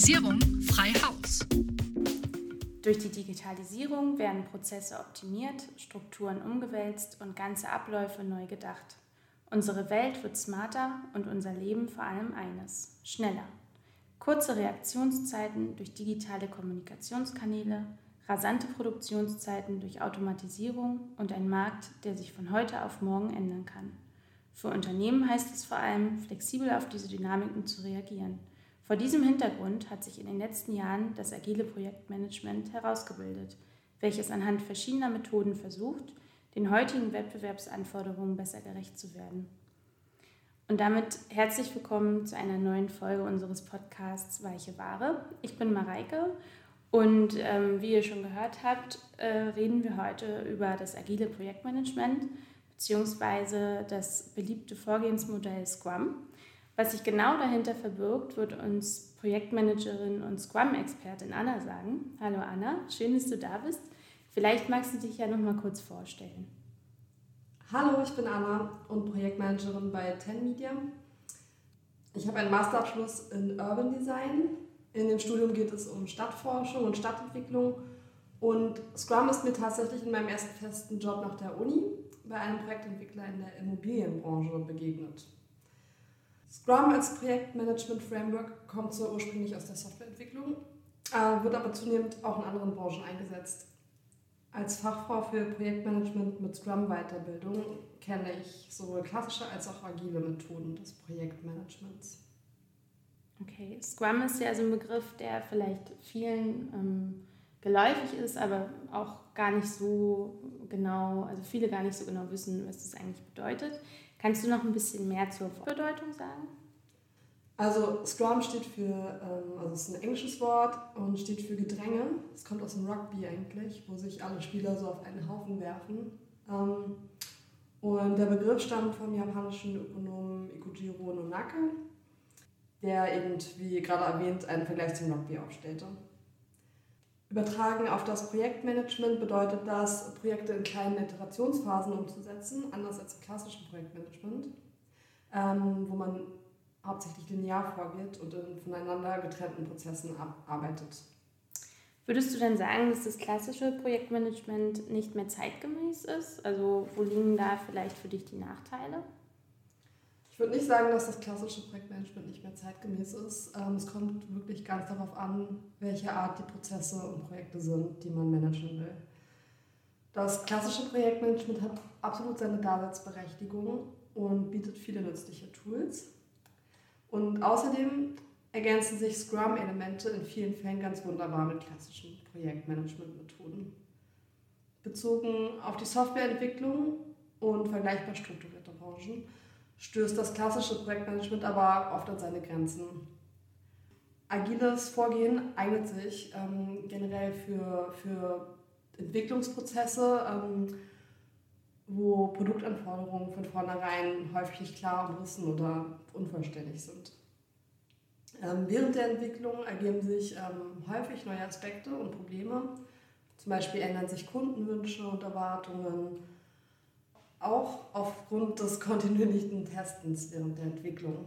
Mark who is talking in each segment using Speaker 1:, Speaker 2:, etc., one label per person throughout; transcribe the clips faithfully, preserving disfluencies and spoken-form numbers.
Speaker 1: Digitalisierung frei Haus.
Speaker 2: Durch die Digitalisierung werden Prozesse optimiert, Strukturen umgewälzt und ganze Abläufe neu gedacht. Unsere Welt wird smarter und unser Leben vor allem eines: schneller. Kurze Reaktionszeiten durch digitale Kommunikationskanäle, rasante Produktionszeiten durch Automatisierung und ein Markt, der sich von heute auf morgen ändern kann. Für Unternehmen heißt es vor allem, flexibel auf diese Dynamiken zu reagieren. Vor diesem Hintergrund hat sich in den letzten Jahren das agile Projektmanagement herausgebildet, welches anhand verschiedener Methoden versucht, den heutigen Wettbewerbsanforderungen besser gerecht zu werden. Und damit herzlich willkommen zu einer neuen Folge unseres Podcasts Weiche Ware. Ich bin Mareike und ähm, wie ihr schon gehört habt, äh, reden wir heute über das agile Projektmanagement bzw. das beliebte Vorgehensmodell Scrum. Was sich genau dahinter verbirgt, wird uns Projektmanagerin und Scrum-Expertin Anna sagen. Hallo Anna, schön, dass du da bist. Vielleicht magst du dich ja noch mal kurz vorstellen.
Speaker 3: Hallo, ich bin Anna und Projektmanagerin bei ten Media. Ich habe einen Masterabschluss in Urban Design. In dem Studium geht es um Stadtforschung und Stadtentwicklung. Und Scrum ist mir tatsächlich in meinem ersten festen Job nach der Uni bei einem Projektentwickler in der Immobilienbranche begegnet. Scrum als Projektmanagement-Framework kommt so ursprünglich aus der Softwareentwicklung, äh, wird aber zunehmend auch in anderen Branchen eingesetzt. Als Fachfrau für Projektmanagement mit Scrum-Weiterbildung kenne ich sowohl klassische als auch agile Methoden des Projektmanagements.
Speaker 2: Okay, Scrum ist ja so ein Begriff, der vielleicht vielen ähm, geläufig ist, aber auch gar nicht so genau, also viele gar nicht so genau wissen, was das eigentlich bedeutet. Kannst du noch ein bisschen mehr zur Bedeutung sagen?
Speaker 3: Also Scrum steht für, ähm, also es ist ein englisches Wort und steht für Gedränge. Es kommt aus dem Rugby eigentlich, wo sich alle Spieler so auf einen Haufen werfen. Ähm, und der Begriff stammt vom japanischen Ökonomen Ikujiro Nonake, der eben, wie gerade erwähnt, einen Vergleich zum Rugby aufstellte. Übertragen auf das Projektmanagement bedeutet das, Projekte in kleinen Iterationsphasen umzusetzen, anders als im klassischen Projektmanagement, ähm, wo man hauptsächlich linear vorgeht und in voneinander getrennten Prozessen arbeitet.
Speaker 2: Würdest du denn sagen, dass das klassische Projektmanagement nicht mehr zeitgemäß ist? Also wo liegen da vielleicht für dich die Nachteile?
Speaker 3: Ich würde nicht sagen, dass das klassische Projektmanagement nicht mehr zeitgemäß ist. Es kommt wirklich ganz darauf an, welche Art die Prozesse und Projekte sind, die man managen will. Das klassische Projektmanagement hat absolut seine Daseinsberechtigung und bietet viele nützliche Tools. Und außerdem ergänzen sich Scrum-Elemente in vielen Fällen ganz wunderbar mit klassischen Projektmanagement-Methoden. Bezogen auf die Softwareentwicklung und vergleichbar strukturierte Branchen stößt das klassische Projektmanagement aber oft an seine Grenzen. Agiles Vorgehen eignet sich ähm, generell für, für Entwicklungsprozesse, ähm, wo Produktanforderungen von vornherein häufig nicht klar umrissen oder unvollständig sind. Ähm, während der Entwicklung ergeben sich ähm, häufig neue Aspekte und Probleme. Zum Beispiel ändern sich Kundenwünsche und Erwartungen, auch aufgrund des kontinuierlichen Testens während der Entwicklung.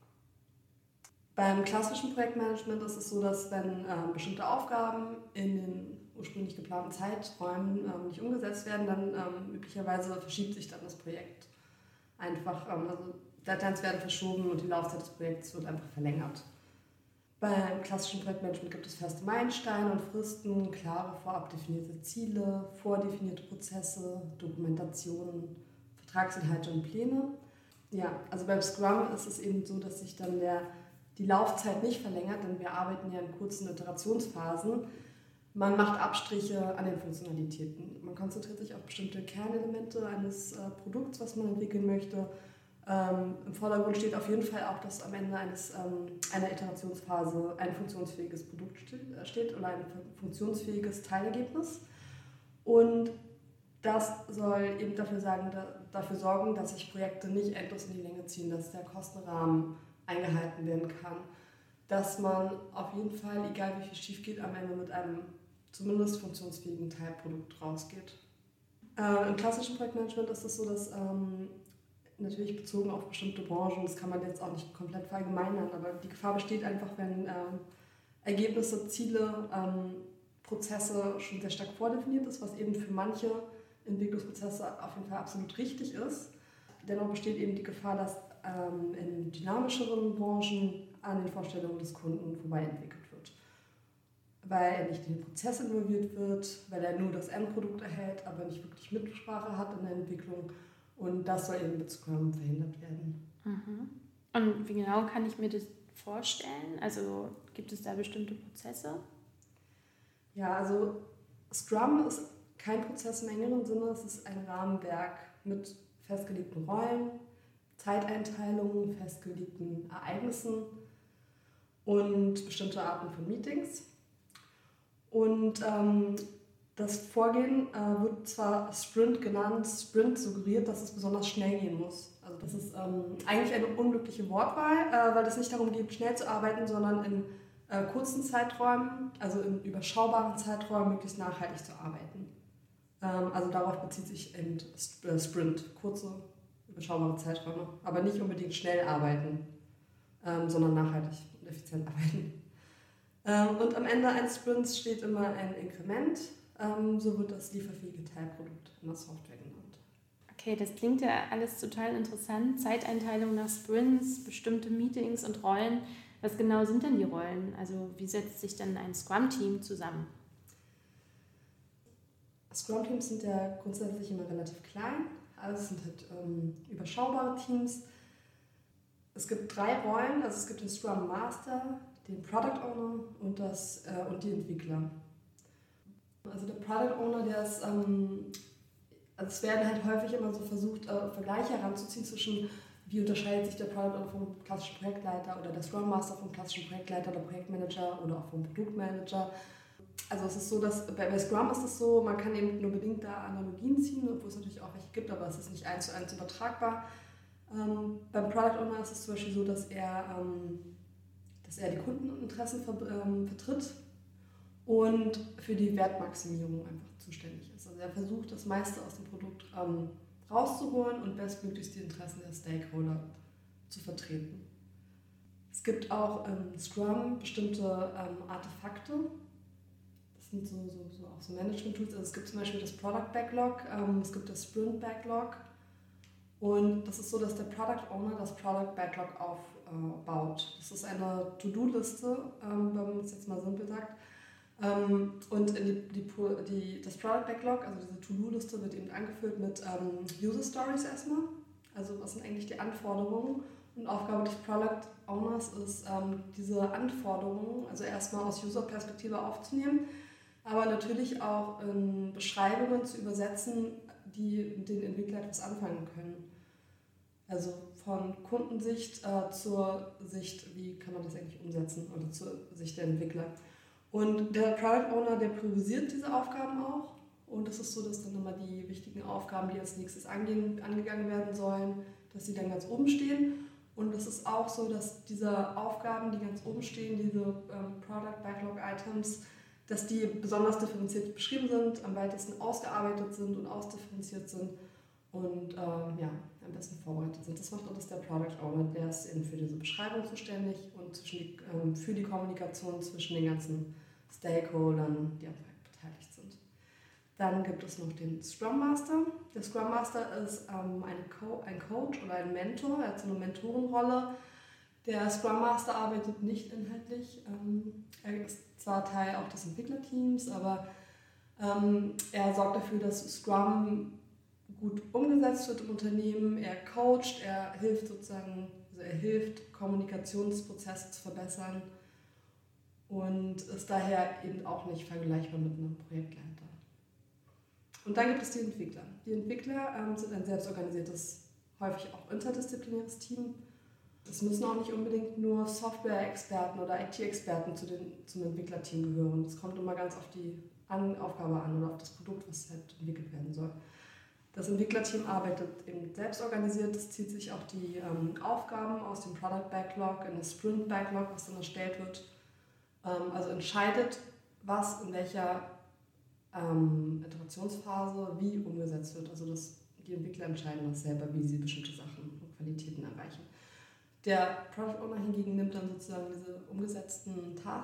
Speaker 3: Beim klassischen Projektmanagement ist es so, dass wenn äh, bestimmte Aufgaben in den ursprünglich geplanten Zeiträumen ähm, nicht umgesetzt werden, dann ähm, üblicherweise verschiebt sich dann das Projekt einfach. Ähm, also Deadlines werden verschoben und die Laufzeit des Projekts wird einfach verlängert. Beim klassischen Projektmanagement gibt es feste Meilensteine und Fristen, klare vorab definierte Ziele, vordefinierte Prozesse, Dokumentationen, Vertragsinhalte und Pläne. Ja, also beim Scrum ist es eben so, dass sich dann der, die Laufzeit nicht verlängert, denn wir arbeiten ja in kurzen Iterationsphasen. Man macht Abstriche an den Funktionalitäten. Man konzentriert sich auf bestimmte Kernelemente eines äh, Produkts, was man entwickeln möchte. Ähm, Im Vordergrund steht auf jeden Fall auch, dass am Ende eines, ähm, einer Iterationsphase ein funktionsfähiges Produkt steht oder ein funktionsfähiges Teilergebnis. Und das soll eben dafür, sagen, da, dafür sorgen, dass sich Projekte nicht endlos in die Länge ziehen, dass der Kostenrahmen eingehalten werden kann, dass man auf jeden Fall, egal wie viel schief geht, am Ende mit einem zumindest funktionsfähigen Teilprodukt rausgeht. Äh, Im klassischen Projektmanagement ist es so, dass ähm, natürlich bezogen auf bestimmte Branchen, das kann man jetzt auch nicht komplett verallgemeinern, aber die Gefahr besteht einfach, wenn, äh, Ergebnisse, Ziele, ähm, Prozesse schon sehr stark vordefiniert ist, was eben für manche Entwicklungsprozesse auf jeden Fall absolut richtig ist. Dennoch besteht eben die Gefahr, dass ähm, in dynamischeren Branchen an den Vorstellungen des Kunden vorbei entwickelt wird. Weil er nicht in den Prozess involviert wird, weil er nur das Endprodukt erhält, aber nicht wirklich Mitsprache hat in der Entwicklung. Und das soll eben mit Scrum verhindert werden.
Speaker 2: Mhm. Und wie genau kann ich mir das vorstellen? Also gibt es da bestimmte Prozesse?
Speaker 3: Ja, also Scrum ist kein Prozess im engeren Sinne, es ist ein Rahmenwerk mit festgelegten Rollen, Zeiteinteilungen, festgelegten Ereignissen und bestimmte Arten von Meetings. Und ähm, das Vorgehen äh, wird zwar Sprint genannt, Sprint suggeriert, dass es besonders schnell gehen muss. Also das ist ähm, eigentlich eine unglückliche Wortwahl, äh, weil es nicht darum geht, schnell zu arbeiten, sondern in äh, kurzen Zeiträumen, also in überschaubaren Zeiträumen, möglichst nachhaltig zu arbeiten. Ähm, also darauf bezieht sich eben äh, Sprint, kurze, überschaubare Zeiträume, aber nicht unbedingt schnell arbeiten, ähm, sondern nachhaltig und effizient arbeiten. Ähm, und am Ende eines Sprints steht immer ein Inkrement, ähm, so wird das lieferfähige Teilprodukt in der Software genannt.
Speaker 2: Okay, das klingt ja alles total interessant. Zeiteinteilung nach Sprints, bestimmte Meetings und Rollen. Was genau sind denn die Rollen? Also wie setzt sich denn ein Scrum-Team zusammen?
Speaker 3: Scrum-Teams sind ja grundsätzlich immer relativ klein, also es sind halt ähm, überschaubare Teams. Es gibt drei Rollen, also es gibt den Scrum Master, den Product Owner und, das, äh, und die Entwickler. Also der Product Owner, der ist, ähm, also es werden halt häufig immer so versucht, äh, Vergleiche heranzuziehen zwischen, wie unterscheidet sich der Product Owner vom klassischen Projektleiter oder der Scrum Master vom klassischen Projektleiter oder Projektmanager oder auch vom Produktmanager. Also es ist so, dass bei, bei Scrum ist es so, man kann eben nur bedingt da Analogien ziehen, obwohl es natürlich auch welche gibt, aber es ist nicht eins zu eins übertragbar. Ähm, beim Product Owner ist es zum Beispiel so, dass er, ähm, dass er die Kundeninteressen ver, ähm, vertritt und für die Wertmaximierung einfach zuständig ist. Also er versucht, das meiste aus dem Produkt ähm, rauszuholen und bestmöglichst die Interessen der Stakeholder zu vertreten. Es gibt auch im Scrum bestimmte ähm, Artefakte. Das sind so, so, so auch so Management-Tools. Also es gibt zum Beispiel das Product Backlog, ähm, es gibt das Sprint Backlog. Und das ist so, dass der Product Owner das Product Backlog aufbaut. Das ist eine To-Do-Liste, ähm, wenn man es jetzt mal simpel sagt. Ähm, und in die, die, die, das Product Backlog, also diese To-Do-Liste, wird eben angefüllt mit ähm, User Stories erstmal. Also was sind eigentlich die Anforderungen? Und Aufgabe des Product Owners ist, ähm, diese Anforderungen, also erstmal aus User-Perspektive aufzunehmen, aber natürlich auch in Beschreibungen zu übersetzen, die mit den Entwicklern etwas anfangen können. Also von Kundensicht äh, zur Sicht, wie kann man das eigentlich umsetzen, oder zur Sicht der Entwickler. Und der Product Owner, der priorisiert diese Aufgaben auch. Und es ist so, dass dann immer die wichtigen Aufgaben, die als nächstes angehen, angegangen werden sollen, dass sie dann ganz oben stehen. Und es ist auch so, dass diese Aufgaben, die ganz oben stehen, diese ähm, Product Backlog Items, dass die besonders differenziert beschrieben sind, am weitesten ausgearbeitet sind und ausdifferenziert sind und ähm, ja, am besten vorbereitet sind. Das macht alles der Product Owner, der ist eben für diese Beschreibung zuständig und zwischen die, ähm, für die Kommunikation zwischen den ganzen Stakeholdern, die am Projekt beteiligt sind. Dann gibt es noch den Scrum Master. Der Scrum Master ist ähm, eine Co- ein Coach oder ein Mentor, er hat so eine Mentorenrolle. Der Scrum Master arbeitet nicht inhaltlich, ähm, er ist zwar Teil auch des Entwicklerteams, aber ähm, er sorgt dafür, dass Scrum gut umgesetzt wird im Unternehmen, er coacht, er hilft sozusagen, also er hilft, Kommunikationsprozesse zu verbessern und ist daher eben auch nicht vergleichbar mit einem Projektleiter. Und dann gibt es die Entwickler. Die Entwickler ähm, sind ein selbstorganisiertes, häufig auch interdisziplinäres Team. Es müssen auch nicht unbedingt nur Software-Experten oder I T-Experten zu den, zum Entwicklerteam gehören. Das kommt immer ganz auf die an, Aufgabe an oder auf das Produkt, was halt entwickelt werden soll. Das Entwicklerteam arbeitet eben selbst organisiert. Es zieht sich auch die ähm, Aufgaben aus dem Product Backlog in das Sprint Backlog, was dann erstellt wird. Ähm, also entscheidet, was in welcher ähm, Iterationsphase wie umgesetzt wird. Also das, die Entwickler entscheiden das selber, wie sie bestimmte Sachen und Qualitäten erreichen. Der Product Owner hingegen nimmt dann sozusagen diese umgesetzten Tasks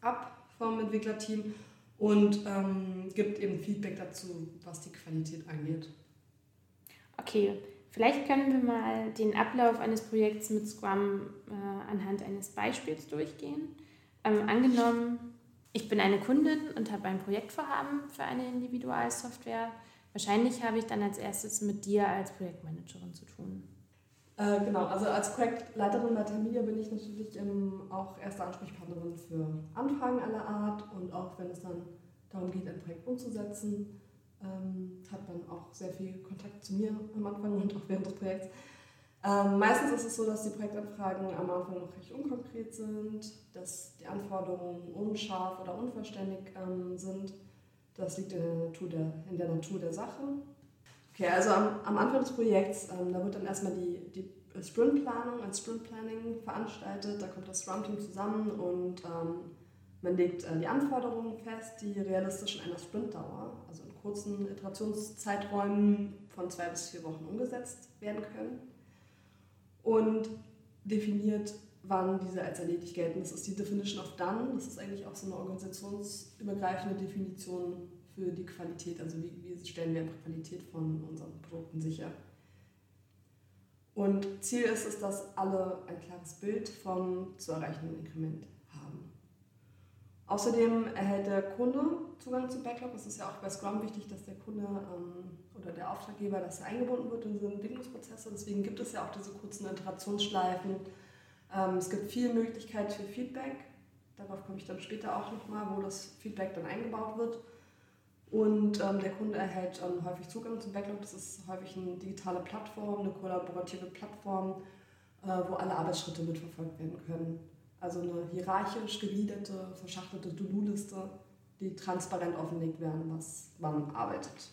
Speaker 3: ab vom Entwicklerteam und ähm, gibt eben Feedback dazu, was die Qualität angeht.
Speaker 2: Okay, vielleicht können wir mal den Ablauf eines Projekts mit Scrum äh, anhand eines Beispiels durchgehen. Ähm, angenommen, ich bin eine Kundin und habe ein Projektvorhaben für eine Individualsoftware. Wahrscheinlich habe ich dann als erstes mit dir als Projektmanagerin zu tun.
Speaker 3: Äh, genau, also als Projektleiterin bei Terminia bin ich natürlich ähm, auch erste Ansprechpartnerin für Anfragen aller Art und auch wenn es dann darum geht, ein Projekt umzusetzen, ähm, hat man auch sehr viel Kontakt zu mir am Anfang und auch während des Projekts. Ähm, meistens ist es so, dass die Projektanfragen am Anfang noch recht unkonkret sind, dass die Anforderungen unscharf oder unvollständig ähm, sind. Das liegt in der Natur der, in der, Natur der Sache. Okay, also am, am Anfang des Projekts, ähm, da wird dann erstmal die, die Sprintplanung, ein Sprintplanning veranstaltet. Da kommt das Scrum-Team zusammen und ähm, man legt äh, die Anforderungen fest, die realistisch in einer Sprintdauer, also in kurzen Iterationszeiträumen von zwei bis vier Wochen umgesetzt werden können. Und definiert, wann diese als erledigt gelten. Das ist die Definition of Done. Das ist eigentlich auch so eine organisationsübergreifende Definition für die Qualität. Also wie, wie stellen wir einfach Qualität von unseren Produkten sicher. Und Ziel ist es, dass alle ein klares Bild vom zu erreichenden Inkrement haben. Außerdem erhält der Kunde Zugang zum Backlog. Es ist ja auch bei Scrum wichtig, dass der Kunde ähm, oder der Auftraggeber, dass er eingebunden wird in diese Entwicklungsprozesse. Deswegen gibt es ja auch diese kurzen Iterationsschleifen. Ähm, es gibt viel Möglichkeit für Feedback. Darauf komme ich dann später auch nochmal, wo das Feedback dann eingebaut wird. Und ähm, der Kunde erhält ähm, häufig Zugang zum Backlog. Das ist häufig eine digitale Plattform, eine kollaborative Plattform, äh, wo alle Arbeitsschritte mitverfolgt werden können. Also eine hierarchisch gegliederte, verschachtelte To-Do-Liste, die transparent offenlegt werden, was man arbeitet.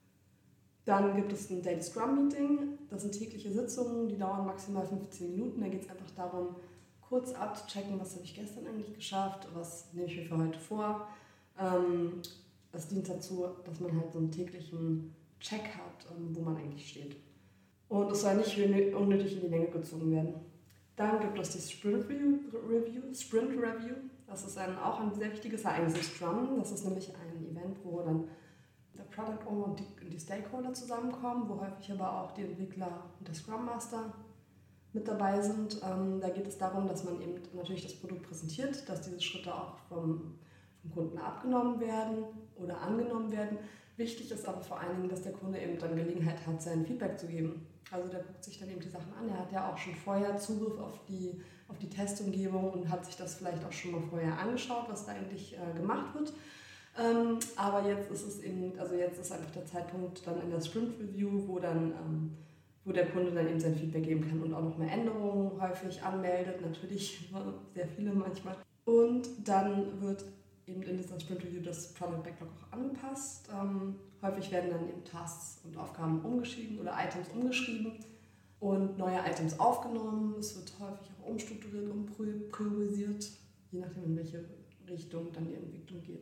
Speaker 3: Dann gibt es ein Daily Scrum Meeting. Das sind tägliche Sitzungen, die dauern maximal fünfzehn Minuten. Da geht es einfach darum, kurz abzuchecken, was habe ich gestern eigentlich geschafft, was nehme ich mir für heute vor. Ähm, das dient dazu, dass man halt so einen täglichen Check hat, ähm, wo man eigentlich steht. Und es soll nicht unnötig in die Länge gezogen werden. Dann gibt es die Sprint Review. Sprint Review. Das ist ein, auch ein sehr wichtiges Ereignis im Scrum. Das ist nämlich ein Event, wo dann der Product Owner und die, die Stakeholder zusammenkommen, wo häufig aber auch die Entwickler und der Scrum Master mit dabei sind. Ähm, da geht es darum, dass man eben natürlich das Produkt präsentiert, dass diese Schritte auch vom, vom Kunden abgenommen werden oder angenommen werden. Wichtig ist aber vor allen Dingen, dass der Kunde eben dann Gelegenheit hat, sein Feedback zu geben. Also der guckt sich dann eben die Sachen an. Er hat ja auch schon vorher Zugriff auf die, auf die Testumgebung und hat sich das vielleicht auch schon mal vorher angeschaut, was da eigentlich äh, gemacht wird. Ähm, aber jetzt ist es eben, also jetzt ist einfach der Zeitpunkt dann in der Sprint Review, wo dann ähm, wo der Kunde dann eben sein Feedback geben kann und auch nochmal Änderungen häufig anmeldet, natürlich sehr viele manchmal. Und dann wird eben in dieser Sprint Review das Product Backlog auch angepasst. Ähm, häufig werden dann eben Tasks und Aufgaben umgeschrieben oder Items umgeschrieben und neue Items aufgenommen. Es wird häufig auch umstrukturiert, umpriorisiert, je nachdem in welche Richtung dann die Entwicklung geht.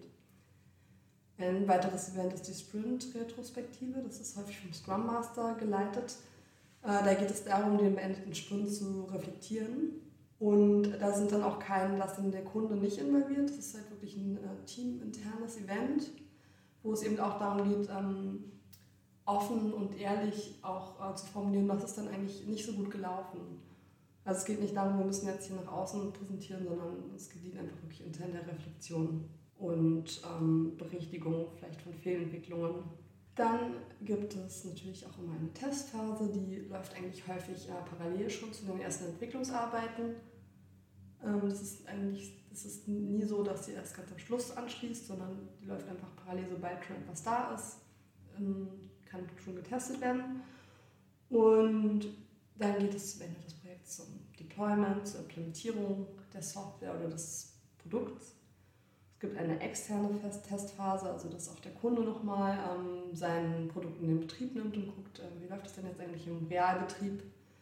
Speaker 3: Ein weiteres Event ist die Sprint-Retrospektive. Das ist häufig vom Scrum Master geleitet. Äh, da geht es darum, den beendeten Sprint zu reflektieren. Und da sind dann auch kein, da ist dann der Kunde nicht involviert. Das ist halt wirklich ein äh, teaminternes Event, wo es eben auch darum geht, ähm, offen und ehrlich auch äh, zu formulieren, was ist dann eigentlich nicht so gut gelaufen. Also es geht nicht darum, wir müssen jetzt hier nach außen präsentieren, sondern es dient einfach wirklich intern der Reflexion und ähm, Berichtigung vielleicht von Fehlentwicklungen. Dann gibt es natürlich auch immer eine Testphase, die läuft eigentlich häufig äh, parallel schon zu den ersten Entwicklungsarbeiten. Ähm, das ist eigentlich, das ist nie so, dass sie erst ganz am Schluss anschließt, sondern die läuft einfach parallel, sobald schon etwas da ist, ähm, kann schon getestet werden. Und dann geht es zum Ende des Projekts zum Deployment, zur Implementierung der Software oder des Produkts. Es gibt eine externe Testphase, also dass auch der Kunde nochmal ähm, sein Produkt in den Betrieb nimmt und guckt, äh, wie läuft es denn jetzt eigentlich im Realbetrieb.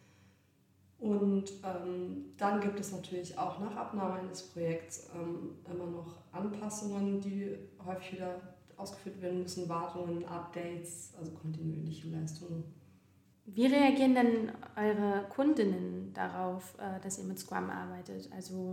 Speaker 3: Und ähm, dann gibt es natürlich auch nach Abnahme eines Projekts ähm, immer noch Anpassungen, die häufig wieder ausgeführt werden müssen, Wartungen, Updates, also kontinuierliche Leistungen.
Speaker 2: Wie reagieren denn eure Kundinnen darauf, dass ihr mit Scrum arbeitet? Also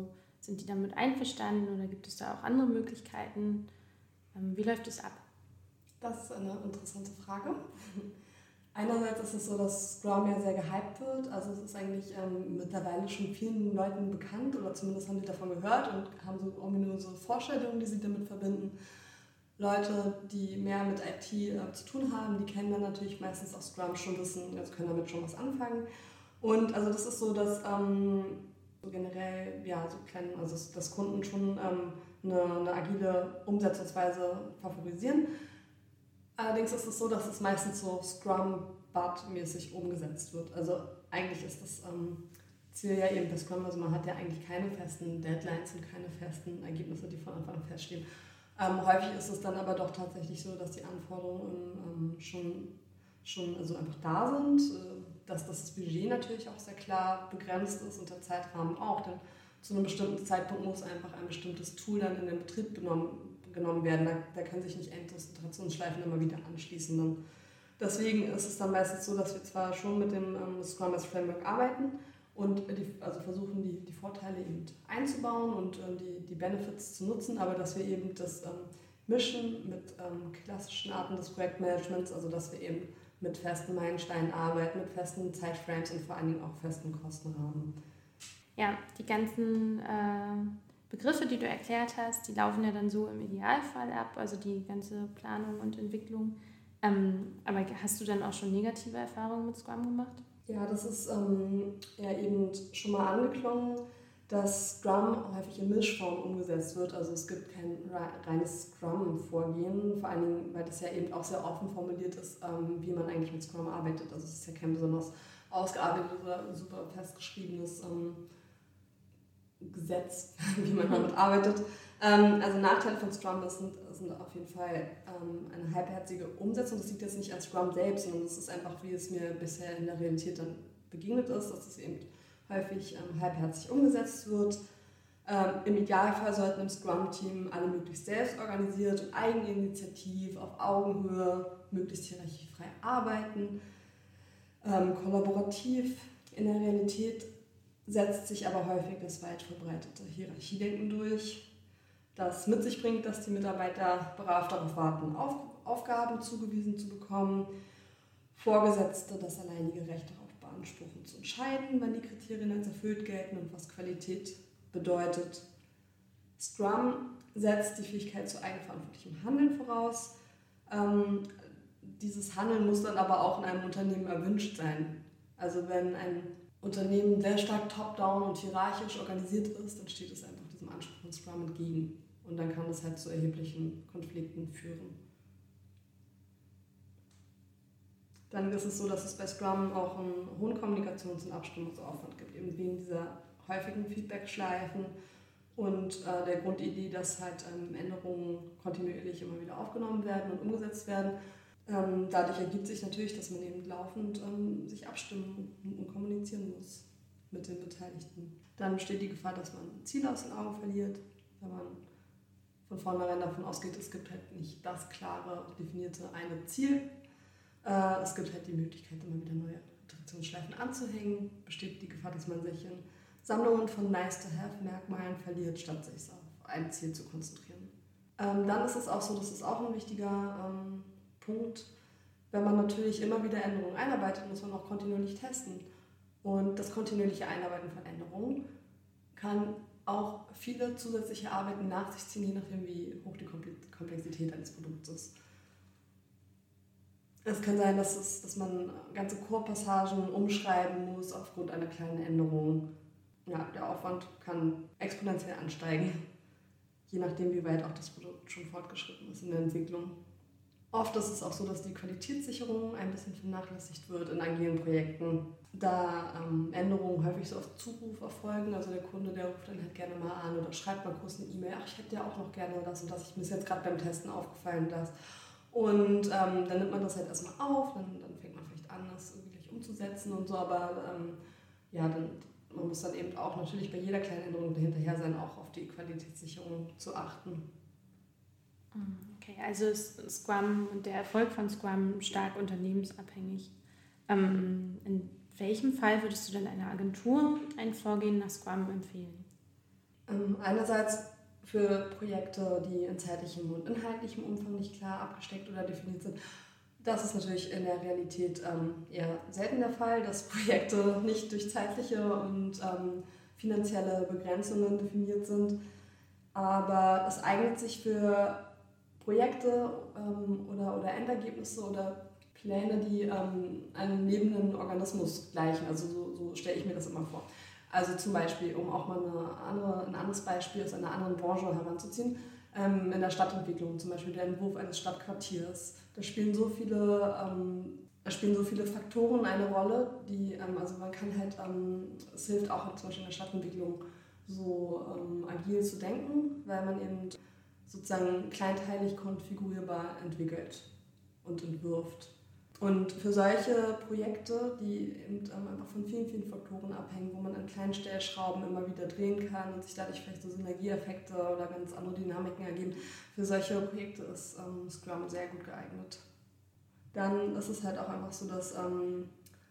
Speaker 2: Sind die damit einverstanden oder gibt es da auch andere Möglichkeiten? Ähm, wie läuft es ab?
Speaker 3: Das ist eine interessante Frage. Einerseits ist es so, dass Scrum ja sehr gehypt wird. Also es ist eigentlich ähm, mittlerweile schon vielen Leuten bekannt oder zumindest haben die davon gehört und haben so ominöse Vorstellungen, die sie damit verbinden. Leute, die mehr mit I T äh, zu tun haben, die kennen dann natürlich meistens auch Scrum schon wissen, also können damit schon was anfangen. Und also das ist so, dass ähm, so generell ja so kleine, also dass Kunden schon ähm, eine, eine agile Umsetzungsweise favorisieren. Allerdings ist es so, dass es meistens so Scrum-Bud-mäßig umgesetzt wird. Also eigentlich ist das ähm, Ziel ja eben bei Scrum, also man hat ja eigentlich keine festen Deadlines und keine festen Ergebnisse, die von Anfang an feststehen. Ähm, häufig ist es dann aber doch tatsächlich so, dass die Anforderungen ähm, schon, schon also einfach da sind, äh, dass das Budget natürlich auch sehr klar begrenzt ist und der Zeitrahmen auch, denn zu einem bestimmten Zeitpunkt muss einfach ein bestimmtes Tool dann in den Betrieb genommen genommen werden. Da, da können sich nicht endlos Iterationsschleifen immer wieder anschließen. Dann. Deswegen ist es dann meistens so, dass wir zwar schon mit dem ähm, Scrum als Framework arbeiten und die, also versuchen, die, die Vorteile eben einzubauen und äh, die, die Benefits zu nutzen, aber dass wir eben das ähm, mischen mit ähm, klassischen Arten des Projektmanagements, also dass wir eben mit festen Meilensteinen arbeiten, mit festen Zeitframes und vor allen Dingen auch festen Kostenrahmen.
Speaker 2: Ja, die ganzen äh Begriffe, die du erklärt hast, die laufen ja dann so im Idealfall ab, also die ganze Planung und Entwicklung. Ähm, aber hast du dann auch schon negative Erfahrungen mit Scrum gemacht?
Speaker 3: Ja, das ist ähm, ja eben schon mal angeklungen, dass Scrum häufig in Mischform umgesetzt wird. Also es gibt kein reines Scrum-Vorgehen, vor allen Dingen, weil das ja eben auch sehr offen formuliert ist, ähm, wie man eigentlich mit Scrum arbeitet. Also es ist ja kein besonders ausgearbeitetes oder super festgeschriebenes ähm, Gesetz, wie man damit arbeitet. Ähm, also Nachteile von Scrum sind, sind auf jeden Fall ähm, eine halbherzige Umsetzung. Das liegt jetzt nicht an Scrum selbst, sondern das ist einfach, wie es mir bisher in der Realität dann begegnet ist, dass es eben häufig ähm, halbherzig umgesetzt wird. Ähm, Im Idealfall sollten im Scrum-Team alle möglichst selbst organisiert und eigeninitiativ, auf Augenhöhe, möglichst hierarchiefrei arbeiten, ähm, kollaborativ. In der Realität setzt sich aber häufig das weit verbreitete Hierarchiedenken durch, das mit sich bringt, dass die Mitarbeiter brav darauf warten, Auf Aufgaben zugewiesen zu bekommen, Vorgesetzte das alleinige Recht darauf beanspruchen, zu entscheiden, wann die Kriterien als erfüllt gelten und was Qualität bedeutet. Scrum setzt die Fähigkeit zu eigenverantwortlichem Handeln voraus. Ähm, dieses Handeln muss dann aber auch in einem Unternehmen erwünscht sein. Also wenn ein Unternehmen sehr stark top-down und hierarchisch organisiert ist, dann steht es einfach diesem Anspruch von Scrum entgegen. Und dann kann es halt zu erheblichen Konflikten führen. Dann ist es so, dass es bei Scrum auch einen hohen Kommunikations- und Abstimmungsaufwand gibt, eben wegen dieser häufigen Feedback-Schleifen und äh, der Grundidee, dass halt ähm, Änderungen kontinuierlich immer wieder aufgenommen werden und umgesetzt werden. Ähm, dadurch ergibt sich natürlich, dass man eben laufend ähm, sich abstimmen und kommunizieren muss mit den Beteiligten. Dann besteht die Gefahr, dass man Ziele aus den Augen verliert, wenn man von vornherein davon ausgeht, es gibt halt nicht das klare, definierte eine Ziel. Äh, es gibt halt die Möglichkeit, immer wieder neue Iterationsschleifen anzuhängen. Besteht die Gefahr, dass man sich in Sammlungen von Nice-to-have-Merkmalen verliert, statt sich auf ein Ziel zu konzentrieren. Ähm, dann ist es auch so, das ist auch ein wichtiger ähm, Punkt, wenn man natürlich immer wieder Änderungen einarbeitet, muss man auch kontinuierlich testen. Und das kontinuierliche Einarbeiten von Änderungen kann auch viele zusätzliche Arbeiten nach sich ziehen, je nachdem, wie hoch die Komplexität eines Produkts ist. Es kann sein, dass, es, dass man ganze Core-Passagen umschreiben muss aufgrund einer kleinen Änderung. Ja, der Aufwand kann exponentiell ansteigen, je nachdem, wie weit auch das Produkt schon fortgeschritten ist in der Entwicklung. Oft ist es auch so, dass die Qualitätssicherung ein bisschen vernachlässigt wird in agilen Projekten, da ähm, Änderungen häufig so auf Zuruf erfolgen. Also der Kunde, der ruft dann halt gerne mal an oder schreibt mal kurz eine E-Mail, ach, ich hätte ja auch noch gerne das und das, ich mir ist jetzt gerade beim Testen aufgefallen, das. Und ähm, dann nimmt man das halt erstmal auf, dann, dann fängt man vielleicht an, das wirklich umzusetzen und so, aber ähm, ja, dann, man muss dann eben auch natürlich bei jeder kleinen Änderung hinterher sein, auch auf die Qualitätssicherung zu achten.
Speaker 2: Okay, also ist Scrum und der Erfolg von Scrum stark unternehmensabhängig. Ähm, in welchem Fall würdest du denn einer Agentur ein Vorgehen nach Scrum empfehlen?
Speaker 3: Ähm, einerseits für Projekte, die in zeitlichem und inhaltlichem Umfang nicht klar abgesteckt oder definiert sind. Das ist natürlich in der Realität ähm, eher selten der Fall, dass Projekte nicht durch zeitliche und ähm, finanzielle Begrenzungen definiert sind. Aber es eignet sich für Projekte ähm, oder, oder Endergebnisse oder Pläne, die ähm, einem lebenden Organismus gleichen. Also so, so stelle ich mir das immer vor. Also zum Beispiel, um auch mal eine andere, ein anderes Beispiel aus einer anderen Branche heranzuziehen, ähm, in der Stadtentwicklung, zum Beispiel der Entwurf eines Stadtquartiers. Da spielen so viele, ähm, da spielen so viele Faktoren eine Rolle, die, ähm, also man kann halt, ähm, es hilft auch zum Beispiel in der Stadtentwicklung so ähm, agil zu denken, weil man eben sozusagen kleinteilig konfigurierbar entwickelt und entwirft. Und für solche Projekte, die eben einfach von vielen, vielen Faktoren abhängen, wo man an kleinen Stellschrauben immer wieder drehen kann und sich dadurch vielleicht so Synergieeffekte oder ganz andere Dynamiken ergeben, für solche Projekte ist ähm, Scrum sehr gut geeignet. Dann ist es halt auch einfach so, dass ähm,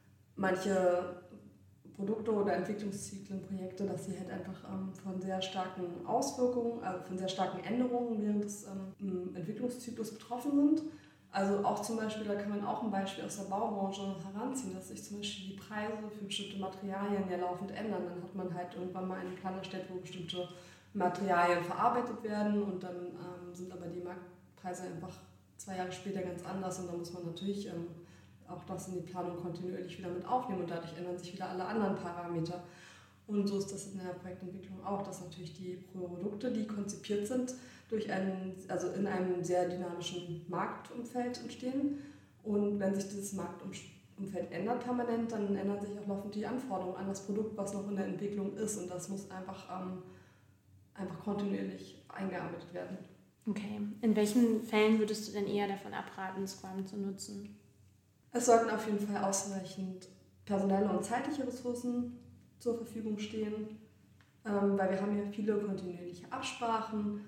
Speaker 3: manche Produkte oder Entwicklungszyklen, Projekte, dass sie halt einfach ähm, von sehr starken Auswirkungen, also von sehr starken Änderungen während des ähm, Entwicklungszyklus betroffen sind. Also auch zum Beispiel, da kann man auch ein Beispiel aus der Baubranche heranziehen, dass sich zum Beispiel die Preise für bestimmte Materialien ja laufend ändern. Dann hat man halt irgendwann mal einen Plan erstellt, wo bestimmte Materialien verarbeitet werden und dann ähm, sind aber die Marktpreise einfach zwei Jahre später ganz anders und dann muss man natürlich ähm, auch das in die Planung kontinuierlich wieder mit aufnehmen und dadurch ändern sich wieder alle anderen Parameter. Und so ist das in der Projektentwicklung auch, dass natürlich die Produkte, die konzipiert sind, durch einen, also in einem sehr dynamischen Marktumfeld entstehen. Und wenn sich dieses Marktumfeld ändert permanent, dann ändern sich auch laufend die Anforderungen an das Produkt, was noch in der Entwicklung ist. Und das muss einfach, ähm, einfach kontinuierlich eingearbeitet werden.
Speaker 2: Okay. In welchen Fällen würdest du denn eher davon abraten, Scrum zu nutzen?
Speaker 3: Es sollten auf jeden Fall ausreichend personelle und zeitliche Ressourcen zur Verfügung stehen, ähm, weil wir haben ja viele kontinuierliche Absprachen.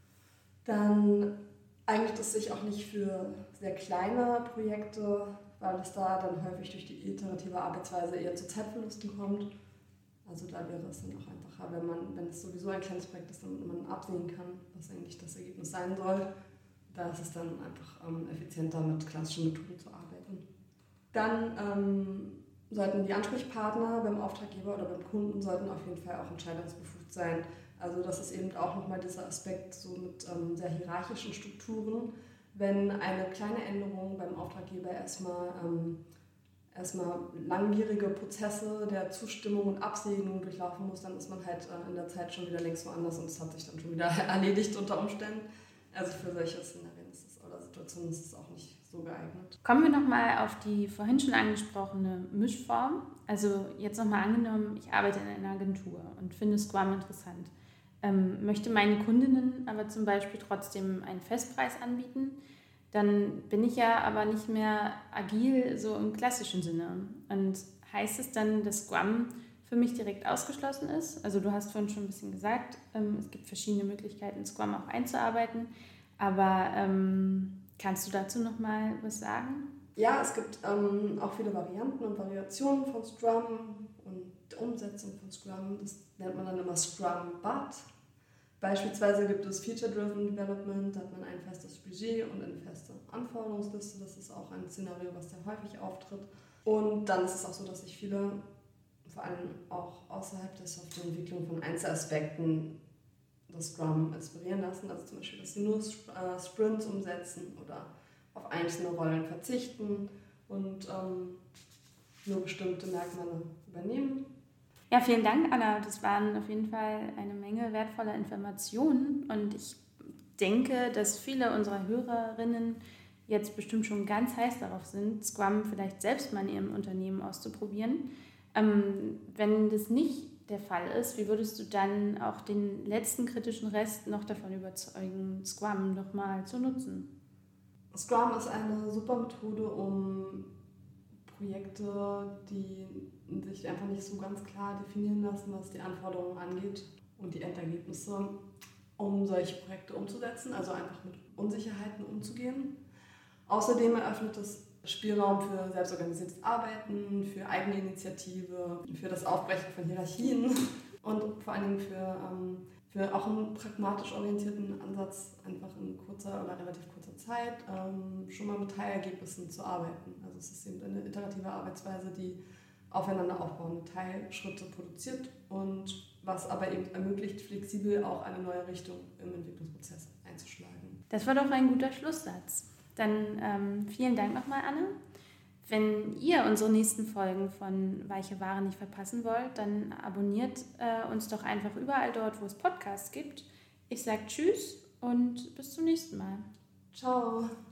Speaker 3: Dann eignet es sich auch nicht für sehr kleine Projekte, weil es da dann häufig durch die iterative Arbeitsweise eher zu Zeitverlusten kommt. Also da wäre es dann auch einfacher, wenn man, wenn es sowieso ein kleines Projekt ist, damit man absehen kann, was eigentlich das Ergebnis sein soll. Da ist es dann einfach ähm, effizienter, mit klassischen Methoden zu arbeiten. Dann ähm, sollten die Ansprechpartner beim Auftraggeber oder beim Kunden sollten auf jeden Fall auch entscheidungsbefugt sein. Also das ist eben auch nochmal dieser Aspekt so mit ähm, sehr hierarchischen Strukturen. Wenn eine kleine Änderung beim Auftraggeber erstmal, ähm, erstmal langwierige Prozesse der Zustimmung und Absegnung durchlaufen muss, dann ist man halt äh, in der Zeit schon wieder längst woanders und es hat sich dann schon wieder erledigt unter Umständen. Also für solche Szenarien ist es, oder Situationen ist es auch nicht so geeignet.
Speaker 2: Kommen wir nochmal auf die vorhin schon angesprochene Mischform. Also jetzt nochmal angenommen, ich arbeite in einer Agentur und finde Scrum interessant. Ähm, möchte meinen Kundinnen aber zum Beispiel trotzdem einen Festpreis anbieten, dann bin ich ja aber nicht mehr agil so im klassischen Sinne. Und heißt es dann, dass Scrum für mich direkt ausgeschlossen ist? Also du hast vorhin schon ein bisschen gesagt, ähm, es gibt verschiedene Möglichkeiten, Scrum auch einzuarbeiten, aber ähm, kannst du dazu nochmal was sagen?
Speaker 3: Ja, es gibt ähm, auch viele Varianten und Variationen von Scrum und die Umsetzung von Scrum, das nennt man dann immer Scrum But. Beispielsweise gibt es Feature-Driven Development, da hat man ein festes Budget und eine feste Anforderungsliste. Das ist auch ein Szenario, was sehr häufig auftritt. Und dann ist es auch so, dass sich viele, vor allem auch außerhalb der Softwareentwicklung, von Einzelaspekten das Scrum inspirieren lassen. Also zum Beispiel, dass sie nur Sprints umsetzen oder auf einzelne Rollen verzichten und ähm, nur bestimmte Merkmale übernehmen.
Speaker 2: Ja, vielen Dank, Anna. Das waren auf jeden Fall eine Menge wertvoller Informationen und ich denke, dass viele unserer Hörerinnen jetzt bestimmt schon ganz heiß darauf sind, Scrum vielleicht selbst mal in ihrem Unternehmen auszuprobieren. Ähm, wenn das nicht der Fall ist, wie würdest du dann auch den letzten kritischen Rest noch davon überzeugen, Scrum nochmal zu nutzen?
Speaker 3: Scrum ist eine super Methode, um Projekte, die sich einfach nicht so ganz klar definieren lassen, was die Anforderungen angeht und die Endergebnisse, um solche Projekte umzusetzen, also einfach mit Unsicherheiten umzugehen. Außerdem eröffnet es Spielraum für selbstorganisiertes Arbeiten, für Eigeninitiative, für das Aufbrechen von Hierarchien und vor allen Dingen für, ähm, für auch einen pragmatisch orientierten Ansatz, einfach in kurzer oder relativ kurzer Zeit ähm, schon mal mit Teilergebnissen zu arbeiten. Also es ist eben eine iterative Arbeitsweise, die aufeinander aufbauende Teilschritte produziert und was aber eben ermöglicht, flexibel auch eine neue Richtung im Entwicklungsprozess einzuschlagen.
Speaker 2: Das war doch ein guter Schlusssatz. Dann ähm, vielen Dank nochmal, Anne. Wenn ihr unsere nächsten Folgen von Weiche Ware nicht verpassen wollt, dann abonniert äh, uns doch einfach überall dort, wo es Podcasts gibt. Ich sage Tschüss und bis zum nächsten Mal.
Speaker 3: Ciao.